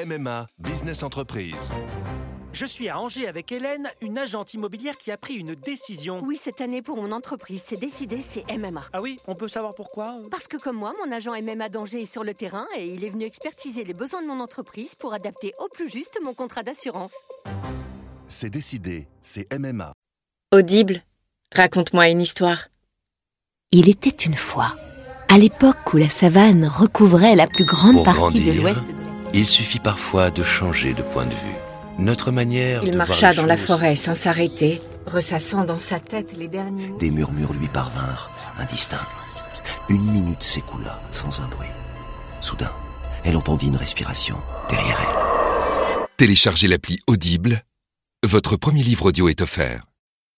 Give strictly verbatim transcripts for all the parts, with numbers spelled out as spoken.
M M A Business Entreprise. Je suis à Angers avec Hélène, une agente immobilière qui a pris une décision. Oui, cette année pour mon entreprise, c'est décidé, c'est M M A. Ah oui, on peut savoir pourquoi? Parce que comme moi, mon agent M M A d'Angers est sur le terrain et il est venu expertiser les besoins de mon entreprise pour adapter au plus juste mon contrat d'assurance. C'est décidé, c'est M M A. Audible, raconte-moi une histoire. Il était une fois, à l'époque où la savane recouvrait la plus grande Pour partie grandir, de l'ouest de la... il suffit parfois de changer de point de vue. Notre manière Il de marcha voir dans les la choses, forêt sans s'arrêter, ressassant dans sa tête les derniers mots. Des murmures lui parvinrent, indistincts. Une minute s'écoula sans un bruit. Soudain, elle entendit une respiration derrière elle. Téléchargez l'appli Audible. Votre premier livre audio est offert.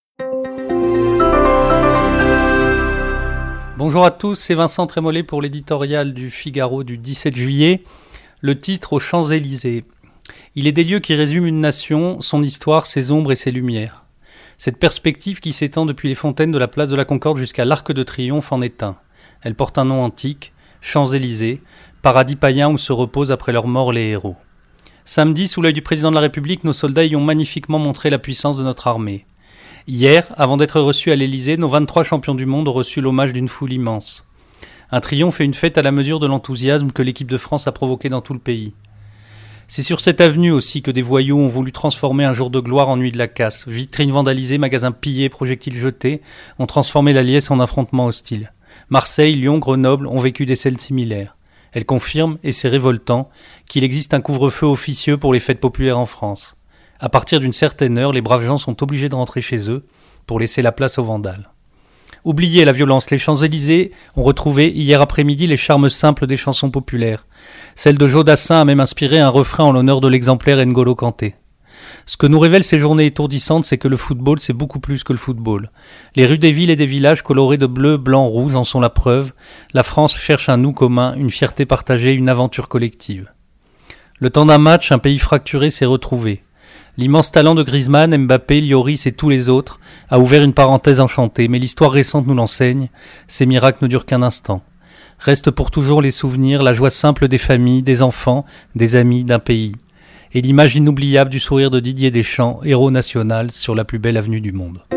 Bonjour à tous, c'est Vincent Trémollet pour l'éditorial du Figaro du dix-sept juillet. Le titre aux Champs-Élysées. Il est des lieux qui résument une nation, son histoire, ses ombres et ses lumières. Cette perspective qui s'étend depuis les fontaines de la place de la Concorde jusqu'à l'Arc de Triomphe en est un. Elle porte un nom antique, Champs-Élysées, paradis païen où se reposent après leur mort les héros. Samedi, sous l'œil du président de la République, nos soldats y ont magnifiquement montré la puissance de notre armée. Hier, avant d'être reçus à l'Élysée, nos vingt-trois champions du monde ont reçu l'hommage d'une foule immense. Un triomphe et une fête à la mesure de l'enthousiasme que l'équipe de France a provoqué dans tout le pays. C'est sur cette avenue aussi que des voyous ont voulu transformer un jour de gloire en nuit de la casse. Vitrines vandalisées, magasins pillés, projectiles jetés ont transformé la liesse en affrontement hostile. Marseille, Lyon, Grenoble ont vécu des scènes similaires. Elles confirment, et c'est révoltant, qu'il existe un couvre-feu officieux pour les fêtes populaires en France. À partir d'une certaine heure, les braves gens sont obligés de rentrer chez eux pour laisser la place aux vandales. Oubliez la violence, les Champs-Élysées ont retrouvé hier après-midi les charmes simples des chansons populaires. Celle de Jodassin a même inspiré un refrain en l'honneur de l'exemplaire N'Golo Kanté. Ce que nous révèlent ces journées étourdissantes, c'est que le football, c'est beaucoup plus que le football. Les rues des villes et des villages colorés de bleu, blanc, rouge en sont la preuve. La France cherche un nous commun, une fierté partagée, une aventure collective. Le temps d'un match, un pays fracturé s'est retrouvé. L'immense talent de Griezmann, Mbappé, Lloris et tous les autres a ouvert une parenthèse enchantée, mais l'histoire récente nous l'enseigne, ces miracles ne durent qu'un instant. Restent pour toujours les souvenirs, la joie simple des familles, des enfants, des amis, d'un pays, et l'image inoubliable du sourire de Didier Deschamps, héros national sur la plus belle avenue du monde.